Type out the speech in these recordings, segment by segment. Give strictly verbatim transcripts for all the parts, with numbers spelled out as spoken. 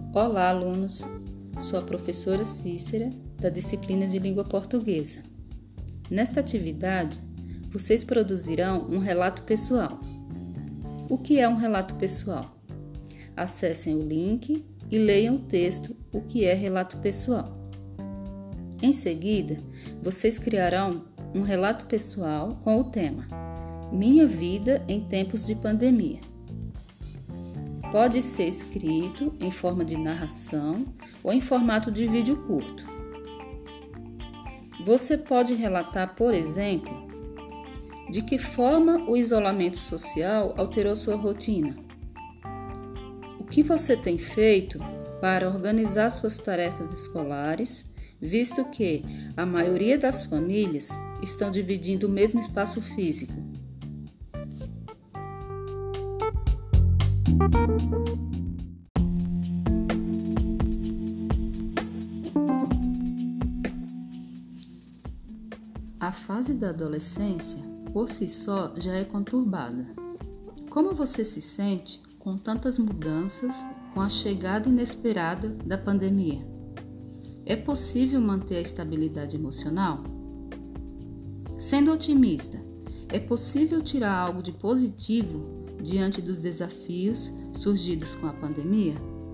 Olá, alunos! Sou a professora Cícera, da disciplina de Língua Portuguesa. Nesta atividade, vocês produzirão um relato pessoal. O que é um relato pessoal? Acessem o link e leiam o texto O que é relato pessoal. Em seguida, vocês criarão um relato pessoal com o tema Minha vida em tempos de pandemia. Pode ser escrito em forma de narração ou em formato de vídeo curto. Você pode relatar, por exemplo, de que forma o isolamento social alterou sua rotina. O que você tem feito para organizar suas tarefas escolares, visto que a maioria das famílias estão dividindo o mesmo espaço físico. A fase da adolescência, por si só, já é conturbada. Como você se sente com tantas mudanças, com a chegada inesperada da pandemia? É possível manter a estabilidade emocional? Sendo otimista, é possível tirar algo de positivo diante dos desafios surgidos com a pandemia?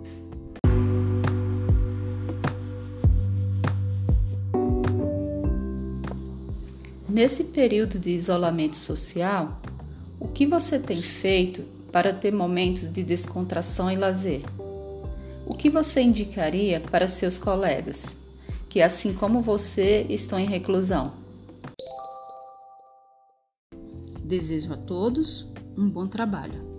Nesse período de isolamento social, o que você tem feito para ter momentos de descontração e lazer? O que você indicaria para seus colegas, que assim como você estão em reclusão? Desejo a todos um bom trabalho.